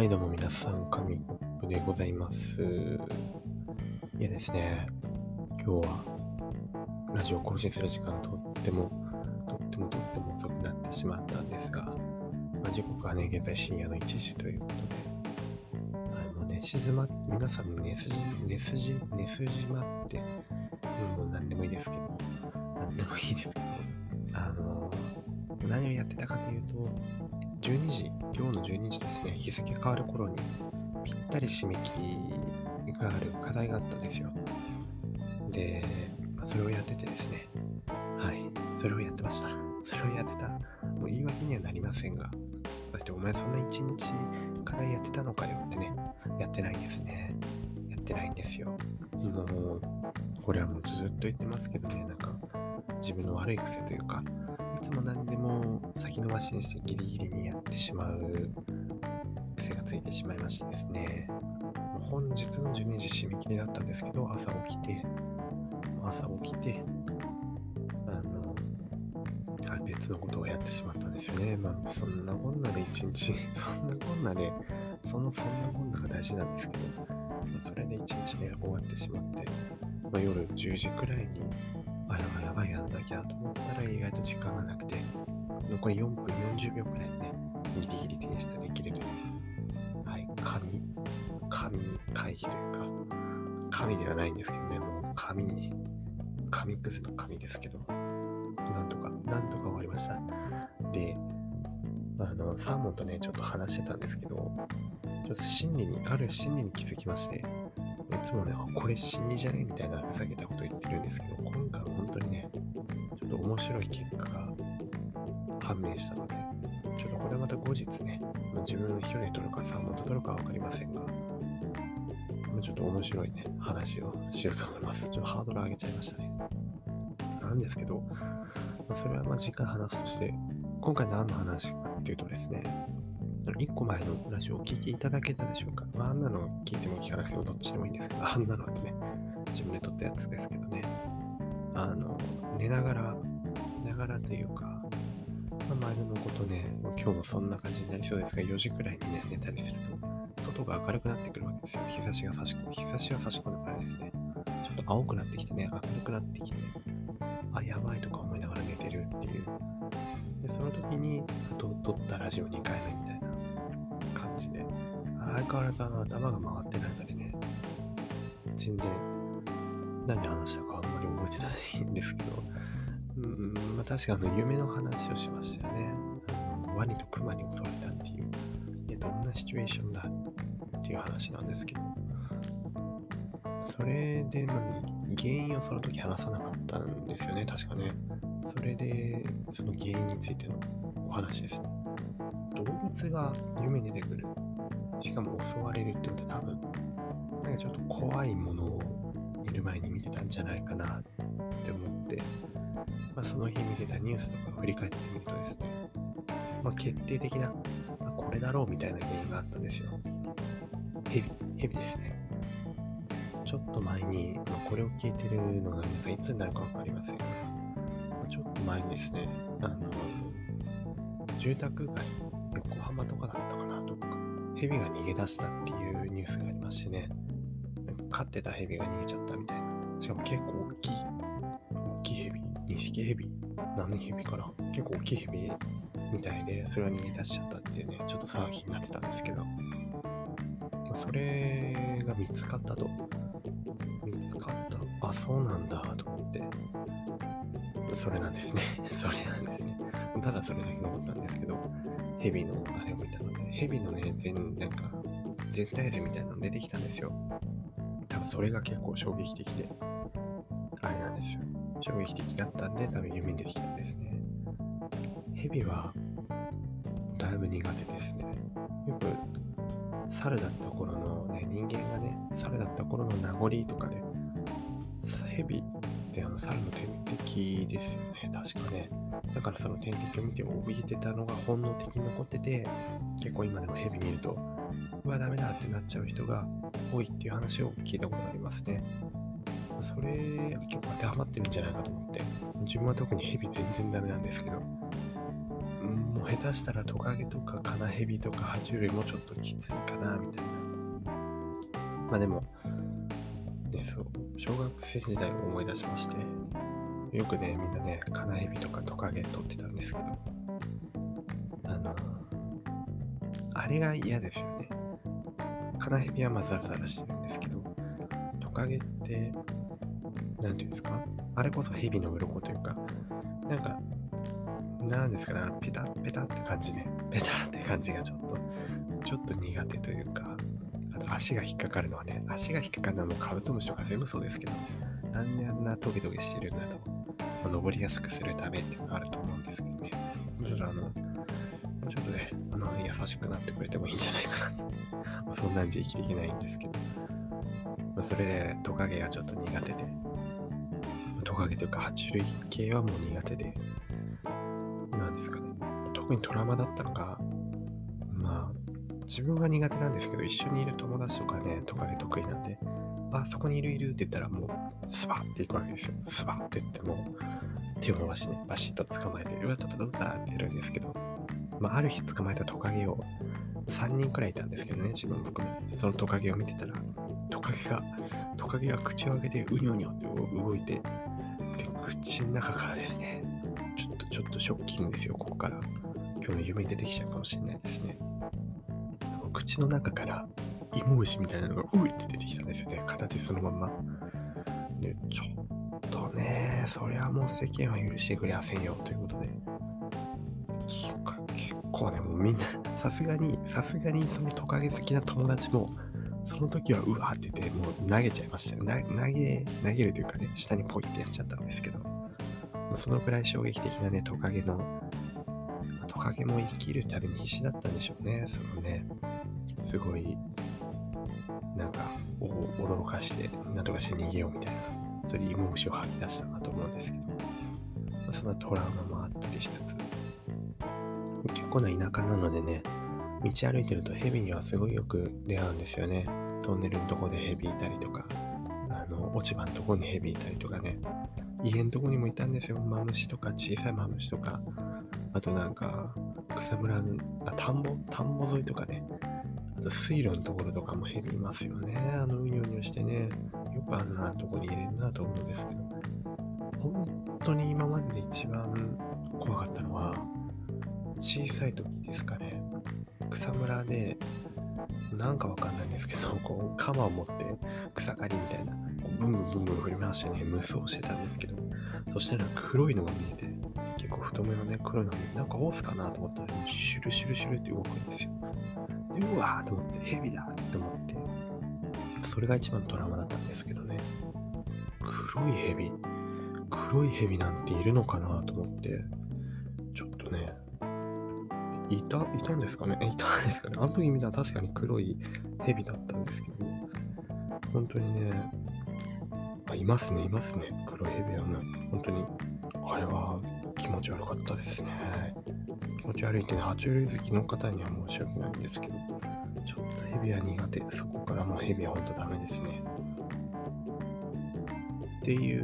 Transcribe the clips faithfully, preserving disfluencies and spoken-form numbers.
はいどうも皆さん、紙コップでございます。いやですね、今日はラジオ更新する時間がとっても、とってもとっても遅くなってしまったんですが、まあ、時刻はね、現在深夜のいちじということで、あの寝静ま、皆さん寝すじ、寝すじ、寝すじまって、うん、もう何でもいいですけど、何でもいいですけど、あの、何をやってたかというと、じゅうにじ、今日のじゅうにじですね、日付変わる頃にぴったり締め切りがある課題があったんですよ。で、まあそれをやっててですね、はい、それをやってました。それをやってた。もう言い訳にはなりませんが、だってお前そんな一日課題やってたのかよってね、やってないんですね。やってないんですよ。もう、これはもうずっと言ってますけどね、なんか自分の悪い癖というか、いつも何でも先延ばしにしてギリギリにやってしまう癖がついてしまいましてですね、もう本日のじゅうにじ締め切りだったんですけど、朝起きて、朝起きて、あの、はい別のことをやってしまったんですよね。まあ、そんなこんなで一日、そんなこんなで、そのそんなこんなが大事なんですけど、まあ、それで一日で終わってしまって、まあ、夜じゅうじくらいに、あ、やばいやばいやんなきゃと思ったら意外と時間がなくて、残りよんぷんよんじゅうびょうくらいでね、ギリギリ提出できるという、はい、紙、紙会議というか、紙ではないんですけどね、もう紙、紙くずの紙ですけど、なんとか、なんとか終わりました。で、あの、サーモンとね、ちょっと話してたんですけど、ちょっと心理に、ある心理に気づきまして、いつもね、これ心理じゃねみたいなふざけたこと言ってるんですけど、今回は本当にね、ちょっと面白い結果が判明したので、ちょっとこれまた後日ね、自分一人で撮るかサーモンと撮るかは分かりませんが、ちょっと面白いね、話をしようと思います。ちょっとハードル上げちゃいましたね。なんですけど、それはまあ次回話すとして、今回何の話かっていうとですね、いっこまえのラジオをお聞きいただけたでしょうか。まあ、あんなの聞いても聞かなくてもどっちでもいいんですけど、あんなのってね、自分で撮ったやつですけどね、あの、寝ながら、寝ながらというか、まあ、前のことね、今日もそんな感じになりそうですが、よじくらいにね、寝たりすると、外が明るくなってくるわけですよ。日差しが差し込む、日差しが差し込んでからですね、ちょっと青くなってきてね、明るくなってきて、あ、やばいとか思いながら寝てるっていう。で、その時に、と撮ったラジオにかいめみたいな感じで、相変わらずあの頭が回ってる間でね、全然何話したかあんまり覚えてないんですけど、うーん、まあ、確かあの夢の話をしましたよね。あのワニとクマに襲われたっていう。いや、どんなシチュエーションだっていう話なんですけど、それで、まあ、原因をその時話さなかったんですよね、確かね。それで、その原因についてのお話ですね。動物が夢に出てくる。しかも襲われるってことは多分、なんかちょっと怖いものを見る前に見てたんじゃないかなって思って、まあ、その日見てたニュースとかを振り返ってみるとですね、まあ、決定的な、まあ、これだろうみたいな原因があったんですよ。ヘビ、ヘビですね。ちょっと前に、まあ、これを聞いてるのが皆さんいつになるかわかりませんが、まあ、ちょっと前にですね、あの、住宅街、横浜とかだったかな、どっか、ヘビが逃げ出したっていうニュースがありましてね、なんか飼ってたヘビが逃げちゃったみたいな。しかも結構大きい、大きいヘビ、ニシキヘビ、何ヘビかな、結構大きいヘビみたいで、それは逃げ出しちゃったっていうね、ちょっと騒ぎになってたんですけど、それが見つかったと。見つかった。あ、そうなんだと思って。それなんですね。それなんですね。ただそれだけのことなんですけど、ヘビのあれを見たので、ヘビのね、全、なんか、全体図みたいなの出てきたんですよ。多分それが結構衝撃的で、あれなんですよ。衝撃的だったんで、多分夢に出てきたんですね。ヘビは、だいぶ苦手ですね。よく、猿だった頃のね、人間がね、猿だった頃の名残とかで、ヘビってあの猿の天敵ですよね、確かね。だからその天敵を見て怯えてたのが本能的に残ってて、結構今でもヘビ見ると、うわ、ダメだってなっちゃう人が多いっていう話を聞いたことがありますね。それ結構当てはまってるんじゃないかと思って、自分は特にヘビ全然ダメなんですけど、 もう下手したらトカゲとかカナヘビとか爬虫類もちょっときついかなみたいな。まあでもね、そう小学生時代を思い出しまして、よくねみんなねカナヘビとかトカゲ撮ってたんですけど、あのあれが嫌ですよね。カナヘビはまあザラザラしてるんですけど、トカゲってなんていうんですか、あれこそヘビの鱗というか、なんかなんですかね、あのペタペタって感じね、ペタって感じがちょっとちょっと苦手というか、あと足が引っかかるのはね、足が引っかかるのはもうカブトムシとか全部そうですけど、なんであんなトゲトゲしてるんだと、まあ、登りやすくするためっていうのがあると思うんですけどね、もうちょっとあの、もうちょっとね、あの優しくなってくれてもいいんじゃないかな。そんなんじゃ生きていけないんですけど、まあ、それでトカゲがちょっと苦手で、トカゲというか爬虫類系はもう苦手で、なんですかね、特にトラウマだったのが、まあ、自分は苦手なんですけど、一緒にいる友達とかね、トカゲ得意なんで、あ、そこにいるいるって言ったらもう、スバッっていくわけですよ。スバッって言っても、手を伸ばしてね、バシッと捕まえて、うわ、たたたたってやるんですけど、まあ、ある日捕まえたトカゲをさんにんくらいいたんですけどね、自分含めて、そのトカゲを見てたら、トカゲが、トカゲが口を開けて、うにょうにょって動いて、で、口の中からですね、ちょっとちょっとショッキングですよ、ここから。今日の夢に出てきちゃうかもしれないですね。その口の中から芋虫みたいなのがういって出てきたんですよね、形そのまんま。で、ちょっとね、そりゃもう世間は許してくれやせんよということで、結構ね、もうみんな、さすがに、さすがにそのトカゲ好きな友達も、その時はうわーって言って、もう投げちゃいましたよ。な投げ、投げるというかね、下にポイってやっちゃったんですけど、そのくらい衝撃的なね、トカゲの、トカゲも生きるために必死だったんでしょうね。そのね、すごい、なんか、驚かして、なんとかして逃げようみたいな、それで芋虫を吐き出したなと思うんですけど、まあ、そんなトラウマもあったりしつつ、結構な田舎なのでね、道歩いてるとヘビにはすごいよく出会うんですよね。トンネルのとこでヘビいたりとか、あの落ち葉のとこにヘビいたりとかね、家のとこにもいたんですよ。マムシとか小さいマムシとか、あとなんか草むらのあ田んぼ田んぼ沿いとかね、あと水路のところとかもヘビいますよね。あのうにょうにょしてね、よくあんなとこに入れるなと思うんですけど、本当に今までで一番怖かったのは小さい時ですかね。草むらでなんかわかんないんですけど、こう鎌を持って草刈りみたいな、こうブンブンブンブン振り回してね、無双してたんですけど、そしたら黒いのが見えて、結構太めのね、黒いのが見えて、なんかオスかなと思ったら、シュルシュルシュルって動くんですよ。で、うわーと思って、ヘビだって思って、それが一番トラウマだったんですけどね。黒いヘビ、黒いヘビなんているのかなと思って、ちょっとね、いた、いたんですかねいたんですかねあの時見たら確かに黒いヘビだったんですけど、本当にね、あ、いますね、いますね。黒いヘビはね、本当に、あれは気持ち悪かったですね。気持ち悪いってね、爬虫類好きの方には申し訳ないんですけど、ちょっとヘビは苦手。そこからもうヘビは本当ダメですね。っていう、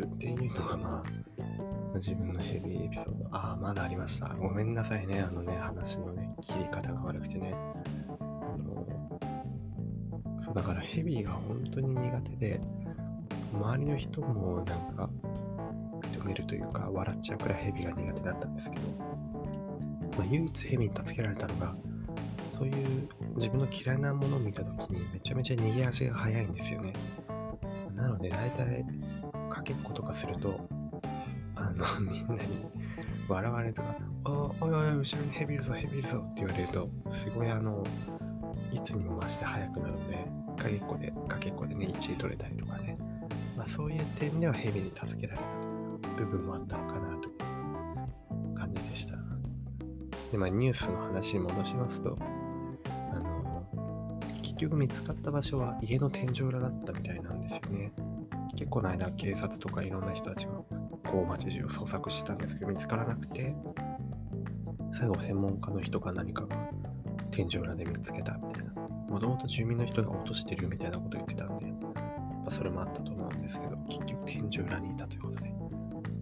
っていうのがまあ、自分のヘビエピソード。ああ、まだありました。ごめんなさいね。あのね、話のね、切り方が悪くてね。あの、そうだからヘビが本当に苦手で、周りの人もなんか、認めるというか、笑っちゃうくらいヘビが苦手だったんですけど、まあ、唯一ヘビに助けられたのが、そういう自分の嫌いなものを見たときにめちゃめちゃ逃げ足が速いんですよね。なので、だいたいかけっことかすると、あの、みんなに笑われるとか、あおいおいおい、後ろにヘビいるぞ、ヘビいるぞって言われると、すごいあの、いつにも増して速くなるので、かけっこで、かけっこでね、いちい取れたりとかね。まあそういう点ではヘビに助けられた部分もあったのかなという感じでした。で、まあニュースの話に戻しますと、あの、結局見つかった場所は家の天井裏だったみたいなんですよね。結構の間、警察とかいろんな人たちがこう街中を捜索してたんですけど見つからなくて、最後専門家の人か何かが天井裏で見つけたみたいな、もともと住民の人が落としてるみたいなこと言ってたんで、まあ、それもあったと思うんですけど、結局天井裏にいたということで、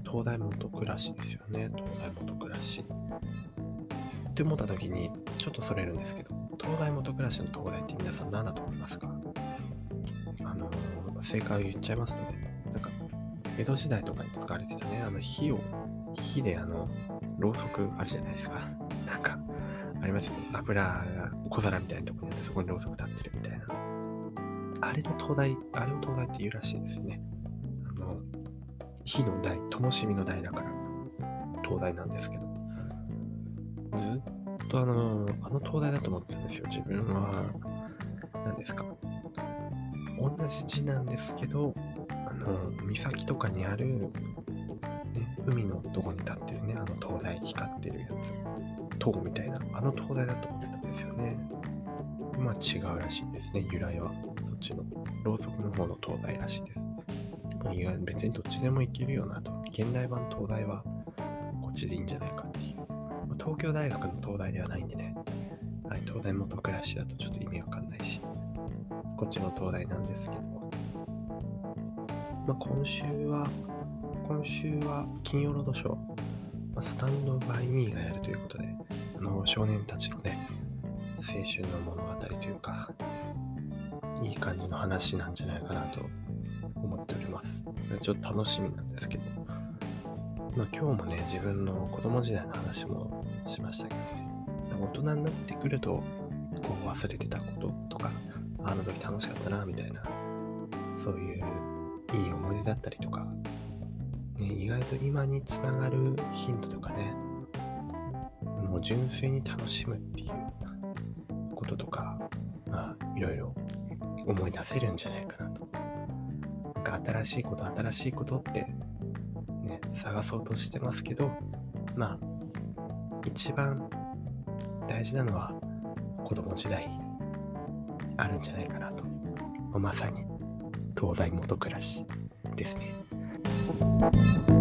東大元暮らしですよね。東大元暮らし。って思った時に、ちょっとそれるんですけど、東大元暮らしの東大って皆さん何だと思いますか？あのー、正解を言っちゃいますとね、なんか、江戸時代とかに使われてたね、あの火を、火であの、ろうそくあるじゃないですか。なんか、ありますよ。油が小皿みたいなところにあって、そこにろうそく立ってるみたいな。あれの東大、あれを東大って言うらしいんですよね。あの、火の台、灯火の台だから、東大なんですけど。ずっとあの、あの東大だと思ってたんですよ。自分は、何ですか。同じ字なんですけど、あの、岬とかにある、ね、海のとこに立ってるね、あの灯台光ってるやつ。塔みたいな、あの灯台だと思ってたんですよね。まあ違うらしいんですね、由来は。そっちの、ろうそくの方の灯台らしいです。意外に別にどっちでもいけるよなと。現代版東大はこっちでいいんじゃないかっていう。東京大学の東大ではないんでね。はい、東大元暮らしだとちょっと意味わかんないし、こっちの東大なんですけど。まあ今週は、今週は金曜ロードショー、まあ、スタンドバイミーがやるということで、あの少年たちのね、青春の物語というか、いい感じの話なんじゃないかなと思っております。ちょっと楽しみなんですけど、まあ、今日もね、自分の子供時代の話もしましたけどね、大人になってくると、こう忘れてたこととか、あの時楽しかったな、みたいな、そういういい思い出だったりとか、ね、意外と今につながるヒントとかね、もう純粋に楽しむっていうこととか、まあ、いろいろ思い出せるんじゃないかなと。なんか新しいこと、新しいことって、ね、探そうとしてますけど、まあ、一番大事なのは子供時代あるんじゃないかなと。まさに東大元暮らしですね。